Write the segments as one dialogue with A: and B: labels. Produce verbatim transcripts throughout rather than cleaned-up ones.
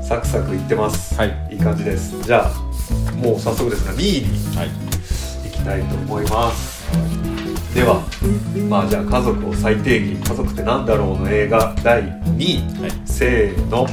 A: サクサクいってます、
B: はい、
A: いい感じです。じゃあもう早速ですがにいにいきたいと思います、はい、ではまあじゃあ家族を再定義、家族ってなんだろうの映画だいにい、はい、せーの。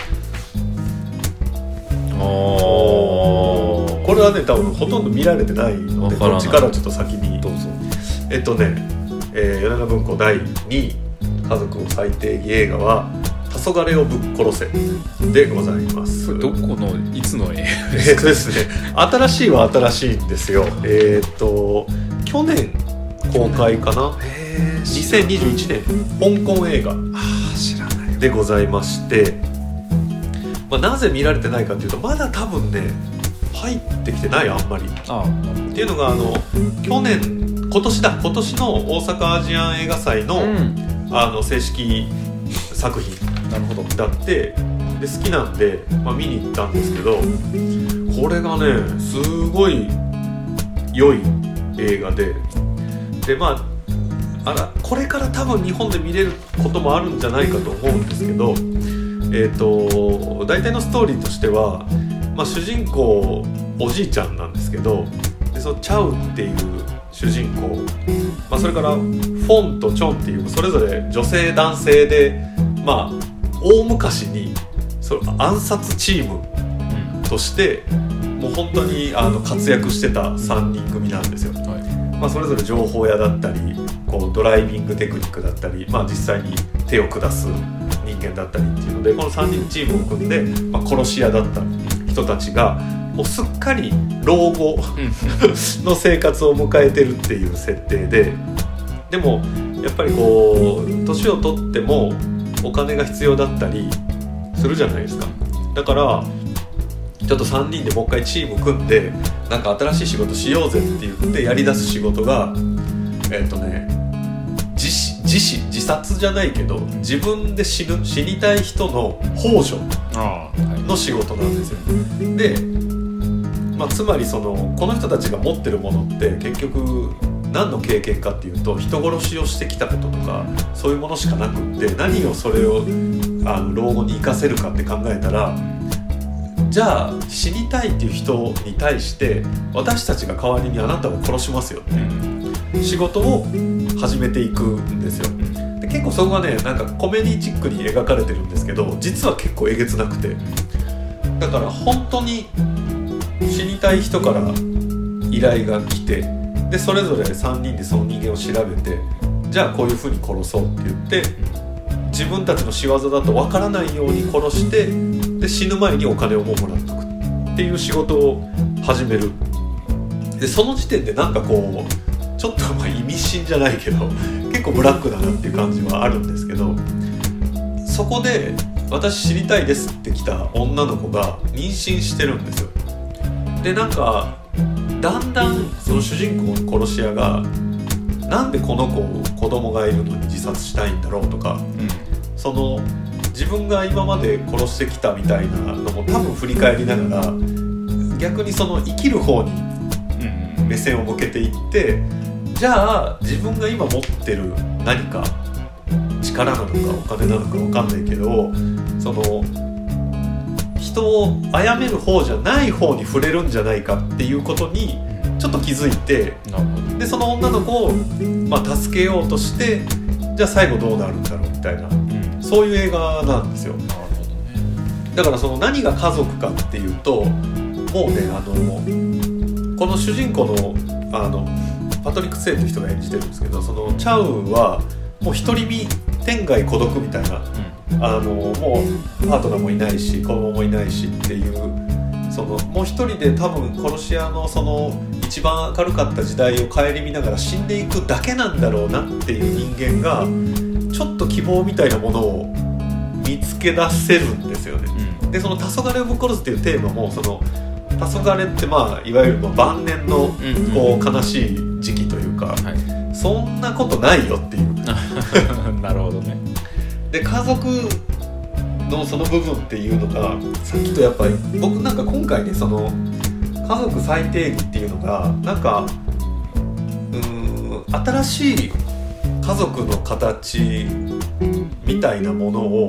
A: おー、これはね多分ほとんど見られてないのでこっちからちょっと先にどうぞ。えっとね、えー、米長文庫だいにい家族を再定義映画は黄昏をぶっ殺せでございます。
B: どこのいつの映画
A: ですか？えーとですね、新しいは新しいんですよ。えっと去年公開かな、にせんにじゅういちねん香港映画でございまして、まあ、なぜ見られてないかというとまだ多分ね入ってきてない、あんまり。ああっていうのがあの去年今年だ今年の大阪アジアン映画祭の、うん、あの正式作品だってで好きなんで、まあ、見に行ったんですけど、これがねすごい良い映画ででまああらこれから多分日本で見れることもあるんじゃないかと思うんですけど、えーと大体のストーリーとしては、まあ、主人公おじいちゃんなんですけど、でそのチャウっていう主人公、まあ、それからフォンとチョンっていうそれぞれ女性男性で、まあ大昔にその暗殺チームとして、うん、もう本当にあの活躍してたさんにん組なんですよ、はいまあ、それぞれ情報屋だったりこうドライビングテクニックだったり、まあ、実際に手を下す人間だったりっていうのでこのさんにんチームを組んで、まあ、殺し屋だった人たちがもうすっかり老後の生活を迎えてるっていう設定で、でもやっぱりこう年を取ってもお金が必要だったりするじゃないですか。だからちょっとさんにんでもう一回チーム組んでなんか新しい仕事しようぜって言ってやり出す仕事がえっとね自死、自死、自殺じゃないけど自分で死ぬ死にたい人の幇助の仕事なんですよ。で、まあ、つまりそのこの人たちが持ってるものって結局何の経験かっていうと人殺しをしてきたこととかそういうものしかなくって何をそれをあの老後に生かせるかって考えたらじゃあ死にたいっていう人に対して私たちが代わりにあなたを殺しますよっていう仕事を始めていくんですよ。で結構そこがねなんかコメディチックに描かれてるんですけど実は結構えげつなくてだから本当に死にたい人から依頼が来てでそれぞれさんにんでその人間を調べてじゃあこういう風に殺そうって言って自分たちの仕業だと分からないように殺してで死ぬ前にお金をももらっとくっていう仕事を始める。でその時点でなんかこうちょっとまあ意味深じゃないけど結構ブラックだなっていう感じはあるんですけどそこで私知りたいですって来た女の子が妊娠してるんですよ。でなんかだんだんその主人公の殺し屋がなんでこの子子供がいるのに自殺したいんだろうとか、うん、その自分が今まで殺してきたみたいなのも多分振り返りながら逆にその生きる方に目線を向けていってじゃあ自分が今持ってる何か力なのかお金なのか分かんないけどその人を殺める方じゃない方に触れるんじゃないかっていうことにちょっと気づいてでその女の子を、まあ、助けようとしてじゃあ最後どうなるんだろうみたいな、うん、そういう映画なんですよ。なるほどね。だからその何が家族かっていうともうねあのこの主人公のあのパトリック・セイという人が演じてるんですけどそのチャウはもう独り身天涯孤独みたいな、うん、あのもうパートナーもいないし子供もいないしっていうそのもう一人で多分殺し屋のその一番明るかった時代を顧みながら死んでいくだけなんだろうなっていう人間がちょっと希望みたいなものを見つけ出せるんですよね、うん、でその黄昏をぶっ殺すっていうテーマもその黄昏ってまあいわゆるまあ晩年のこう悲しい時期というか、はい、そんなことないよっていう
B: なるほどね。
A: で家族のその部分っていうのがさっきとやっぱり僕なんか今回ねその家族再定義っていうのがなんかうーん新しい家族の形みたいなものを、うん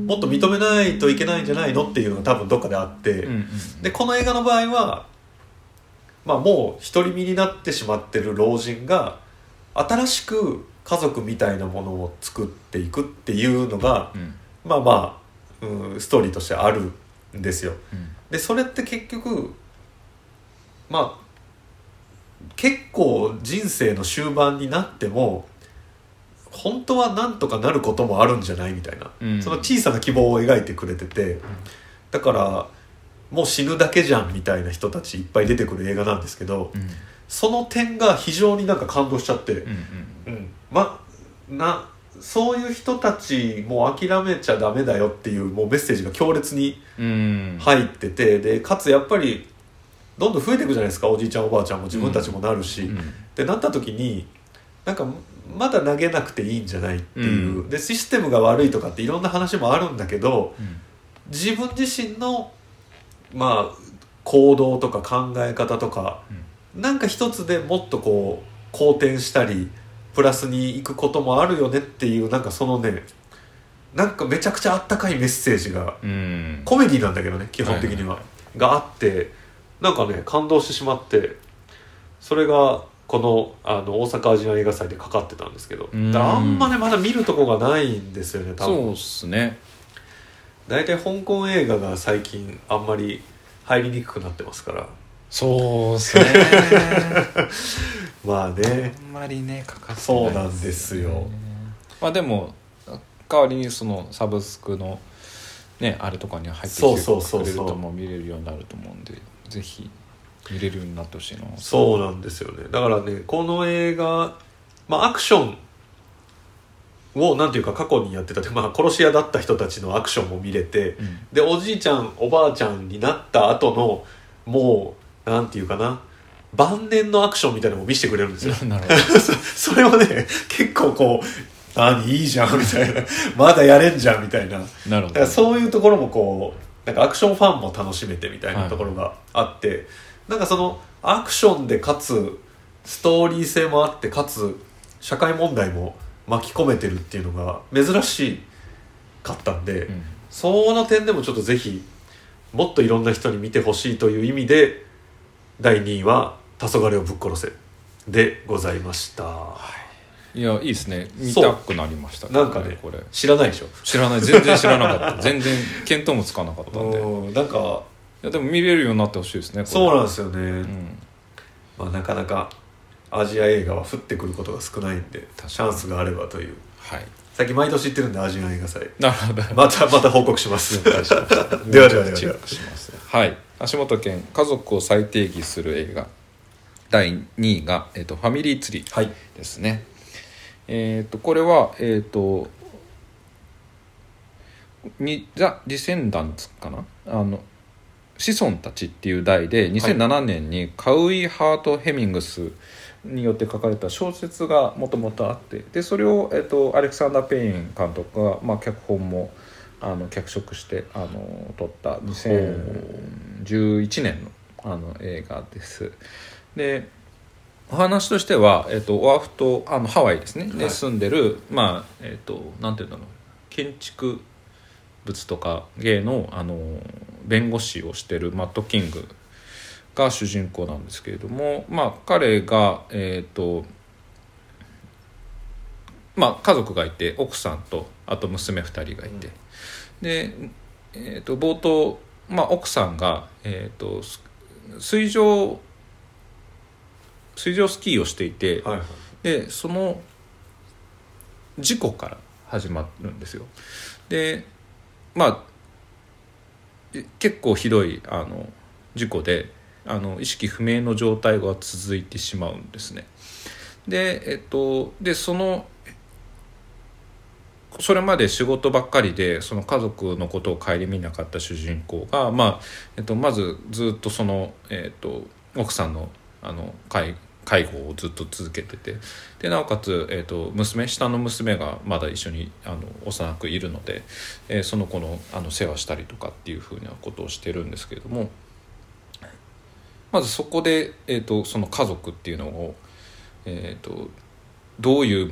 A: もっと認めないといけないんじゃないのっていうのが多分どっかであって、うんうん、でこの映画の場合は、まあ、もう独り身になってしまってる老人が新しく家族みたいなものを作っていくっていうのが、うん、まあまあ、うん、ストーリーとしてあるんですよ、うん、でそれって結局まあ結構人生の終盤になっても本当はなんとかなることもあるんじゃないみたいな、うん、その小さな希望を描いてくれてて、だからもう死ぬだけじゃんみたいな人たちいっぱい出てくる映画なんですけど、うん、その点が非常になんか感動しちゃって、うんうんうん、まなそういう人たちもう諦めちゃダメだよっていうもうメッセージが強烈に入ってて、でかつやっぱりどんどん増えていくじゃないですか、おじいちゃんおばあちゃんも自分たちもなるし、うんうん、でなった時になんかまだ投げなくていいんじゃないっていう、うん、でシステムが悪いとかっていろんな話もあるんだけど、うん、自分自身のまあ行動とか考え方とか、うん、なんか一つでもっとこう好転したりプラスにいくこともあるよねっていう、なんかそのね、なんかめちゃくちゃあったかいメッセージが、うん、コメディなんだけどね基本的には、はいはいはい、があって、なんかね感動してしまって、それがこの、あの大阪アジアン映画祭でかかってたんですけど、だからあんまねまだ見るとこがないんですよね多分。
B: そうっすね。
A: 大体香港映画が最近あんまり入りにくくなってますから。
B: そうっすね
A: まあね、
B: あんまりねかかってないですね。
A: そうなんですよ。
B: まあでも代わりにそのサブスクのねあれとかに入ってきてくれるとも見れるようになると思うんで、ぜひ見れるようになってほしいな。
A: そうなんですよね。だからねこの映画、まあアクションをなんていうか過去にやってた、まあ、殺し屋だった人たちのアクションも見れて、うん、でおじいちゃんおばあちゃんになった後のもうなんていうかな晩年のアクションみたいなのも見せてくれるんですよなるほどそれはね結構こう何いいじゃんみたいなまだやれんじゃんみたいな、なるほど。だからそういうところもこうなんかアクションファンも楽しめてみたいなところがあって、はい、なんかそのアクションでかつストーリー性もあってかつ社会問題も巻き込めてるっていうのが珍しかったんで、うん、その点でもちょっとぜひもっといろんな人に見てほしいという意味でだいにいは黄昏をぶっ殺せでございました、は
B: い、いやいいですね。見たくなりました、
A: ね、なんかねこれ知らないでしょ。
B: 知らない、全然知らなかった全然見当もつかなかったんで
A: なんか
B: いやでも見れるようになってほしいですね。
A: そうなんですよね、うん、まあ、なかなかアジア映画は降ってくることが少ないんでチャンスがあればという、はい、さっき毎年言ってるんでアジア映画祭
B: なるほど
A: またまた報告しますではではではでは
B: はい、足元健家族を再定義する映画だいにいが、えーと、ファミリーツリーですね、はい、えーとこれはえっ、ー、とにザ・ディセンダンツかな、あの子孫たちっていう題でにせんななねんにカウイ・ハート・ヘミングスによって書かれた小説がもともとあって、でそれを、えーと、アレクサンダー・ペイン監督が、まあ、脚本もあの脚色してあの撮ったにせんじゅういちねん の, あの映画です。でお話としては、えーと、オアフ島あのハワイですね、で住んでる、まあえーと、なんていうんだろう、建築物とか芸の、あの弁護士をしてるマット・キングが主人公なんですけれども、まあ、彼が、えーとまあ、家族がいて奥さんとあと娘ふたりがいて、うん、で、えー、と冒頭、まあ、奥さんが、えー、と水上水上スキーをしていて、はいはい、でその事故から始まるんですよ。でまあ結構ひどいあの事故であの意識不明の状態が続いてしまうんですね。で、えっと、でそのそれまで仕事ばっかりでその家族のことを顧みなかった主人公が、まあえっと、まずずっとその、えっと、奥さんの、あの 介, 介護をずっと続けてて、でなおかつ、えっと、娘下の娘がまだ一緒にあの幼くいるので、えー、その子の、あの世話したりとかっていうふうなことをしてるんですけれども、まずそこで、えーと、その家族っていうのを、えーと、どういうもの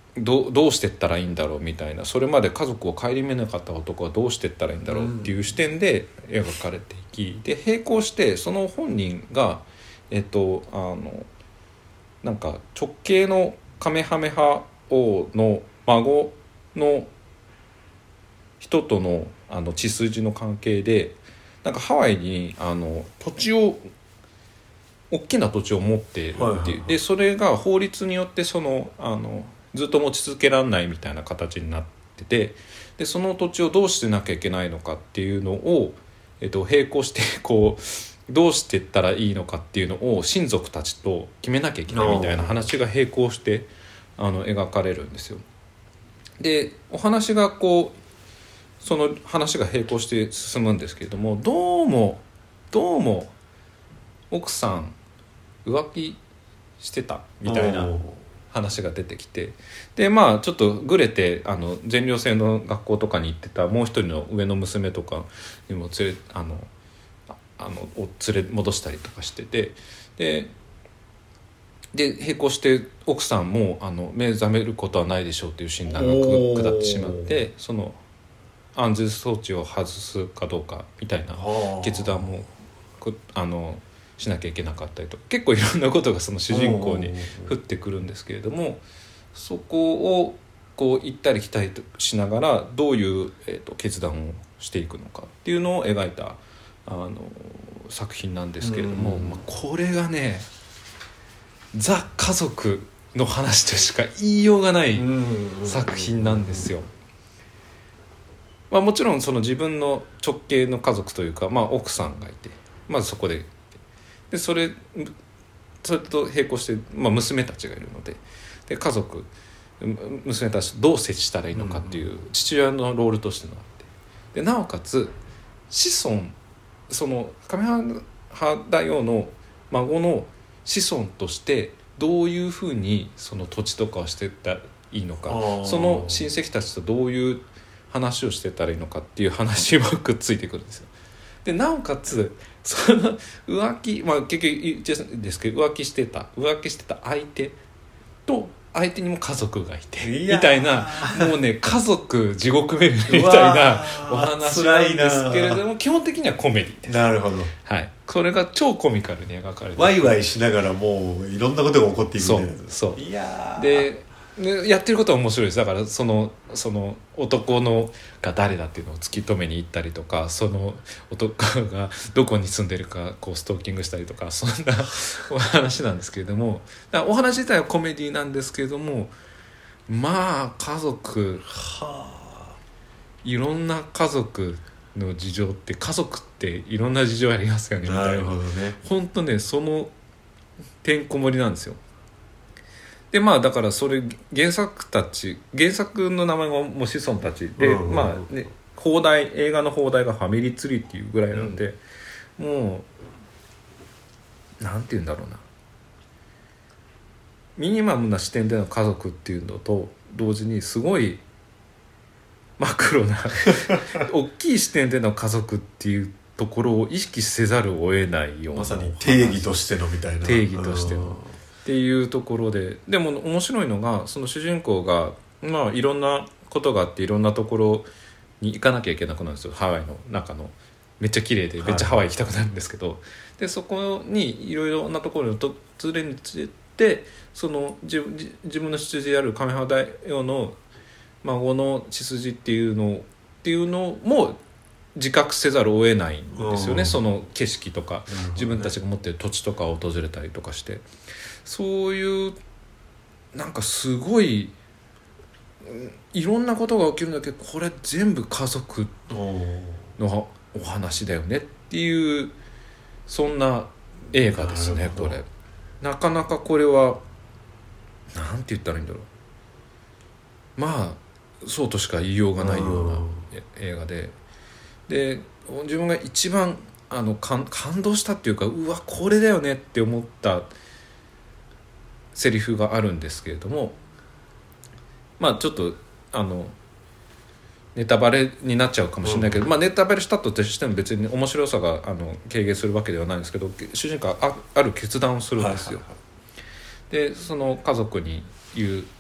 B: ど, どうしてったらいいんだろうみたいな、それまで家族を顧みなかった男はどうしてったらいいんだろうっていう視点で描かれていき、で並行してその本人がえっとあのなんか直系のカメハメハ王の孫の人とのあの血筋の関係で、なんかハワイにあの土地を大きな土地を持っているっていう、はいはいはい、でそれが法律によってそのあのずっと持ち続けられないみたいな形になってて、でその土地をどうしてなきゃいけないのかっていうのを、えっと、並行してこうどうしていったらいいのかっていうのを親族たちと決めなきゃいけないみたいな話が並行してあの描かれるんですよ。でお話がこうその話が並行して進むんですけれども、どうもどうも奥さん浮気してたみたいな話が出てきて、でまあちょっとグレてあの全寮制の学校とかに行ってたもう一人の上の娘とかにも連れあのあのを連れ戻したりとかしてて、でで並行して奥さんもあの目覚めることはないでしょうという診断が下ってしまって、その安全装置を外すかどうかみたいな決断もあのしなきゃいけなかったりとか、結構いろんなことがその主人公に降ってくるんですけれども、そこをこう行ったり来たりしながらどういう、えーと、決断をしていくのかっていうのを描いたあの作品なんですけれども、まあ、これがねザ家族の話としか言いようがない作品なんですよ。まあ、もちろんその自分の直系の家族というか、まあ、奥さんがいて、まずそこででそれそれと並行して、まあ、娘たちがいるので、で家族娘たちとどう接したらいいのかっていう父親のロールとしてのあって、でなおかつ子孫そのカメハ大王の孫の子孫としてどういうふうにその土地とかをしていったらいいのか、その親戚たちとどういう話をしていったらいいのかっていう話もくっついてくるんですよ。でなおかつその浮気、まあ、結局言っちゃうんですけど浮気してた浮気してた相手と相手にも家族がいてみたいな、もうね家族地獄めるみたいなお話なんですけれども、基本的にはコメディです。
A: なるほど、
B: はい、これが超コミカルに描かれて
A: ワイワイしながらもういろんなことが起こっていく
B: みたいな。そうそう、
A: いや
B: でやってることは面白いです。だからそのその男のが誰だっていうのを突き止めに行ったりとか、その男がどこに住んでるかこうストーキングしたりとか、そんなお話なんですけれども、だからお話自体はコメディなんですけれども、まあ家族いろんな家族の事情って、家族っていろんな事情ありますよねみたいな。
A: なるほどね。
B: 本当ねそのてんこ盛りなんですよ。でまあだからそれ原作たち原作の名前がもう子孫たちで、うんうん、まあね放題映画の放題がファミリーツリーっていうぐらいなんで、うん、もうなんて言うんだろうな、ミニマムな視点での家族っていうのと同時にすごいマクロな大きい視点での家族っていうところを意識せざるを得ないような、
A: まさに定義としてのみたいな
B: 定義としてのっていうところで、でも面白いのがその主人公がまあいろんなことがあっていろんなところに行かなきゃいけなくなるんですよ。ハワイの中のめっちゃ綺麗でめっちゃハワイ行きたくなるんですけど、はい、でそこにいろいろなところに訪れにつれて、その自分自分の出自であるカメハ大王の孫の血筋っていうのっていうのも自覚せざるを得ないんですよね。その景色とか、ね、自分たちが持ってる土地とかを訪れたりとかして、そういうなんかすごいいろんなことが起きるんだけど、これ全部家族のお話だよねっていう、そんな映画ですね。これなかなかこれはなんて言ったらいいんだろう、まあそうとしか言いようがないような映画で、で自分が一番あの感動したっていうか、うわこれだよねって思ったセリフがあるんですけれども、まあちょっとあのネタバレになっちゃうかもしれないけど、うん、まあ、ネタバレしたとしても別に面白さがあの軽減するわけではないんですけど、主人公は あ, ある決断をするんですよ、はいはいはい、でその家族に言う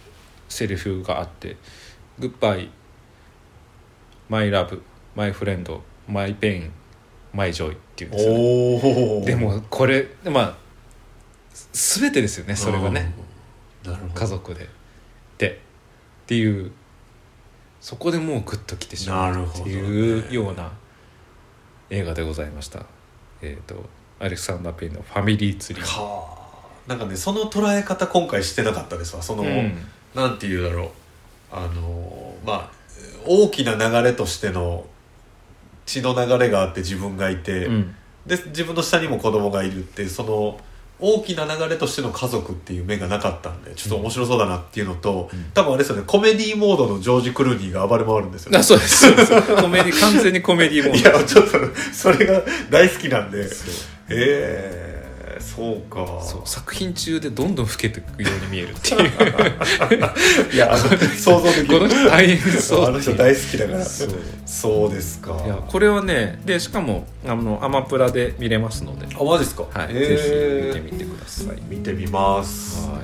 B: セリフがあって「グッバイマイラブマイフレンドマイペインマイジョイ」っていうんですよね。
A: お
B: でもこれまあ全てですよねそれがね、
A: なるほど
B: 家族ででっていうそこでもうグッときてしまうっていうような映画でございました。えっ、ー、とアレクサンダー・ペインのファミリーツリー。
A: はあ、なんかねその捉え方今回してなかったですわ。その、うん、なんていうだろう、あのまあ大きな流れとしての血の流れがあって自分がいて、うん、で自分の下にも子供がいるってその大きな流れとしての家族っていう目がなかったんでちょっと面白そうだなっていうのと、うん、多分あれですよね、コメディモードのジョージ・クルーニーが暴れ回るんですよね。
B: あ、そうですそうですコメディ完全にコメディモード。
A: いやちょっとそれが大好きなんで、えー、そうか。
B: そう作品中でどんどん老けていくように見えるっていう
A: いやあの想像できる。
B: この人大変そう、
A: あの人大好きだから。そうそうですか。
B: いやこれはねでしかもあのアマプラで見れますので。
A: あ、マジですか。
B: はい、ぜひ見てみてください。
A: 見てみます。はい。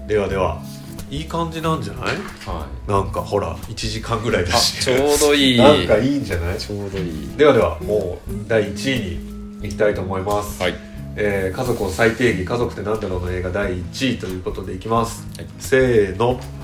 A: ではではいい感じなんじゃない？はい。なんかほらいちじかんぐらいだし。
B: ちょうどいい。
A: なんかいいんじゃない？
B: ちょうどいい。
A: ではではもうだいいちいに行きたいと思います。はい。えー、家族を再定義、家族ってなんだろうの映画だいいちいということでいきます。はい、せーの。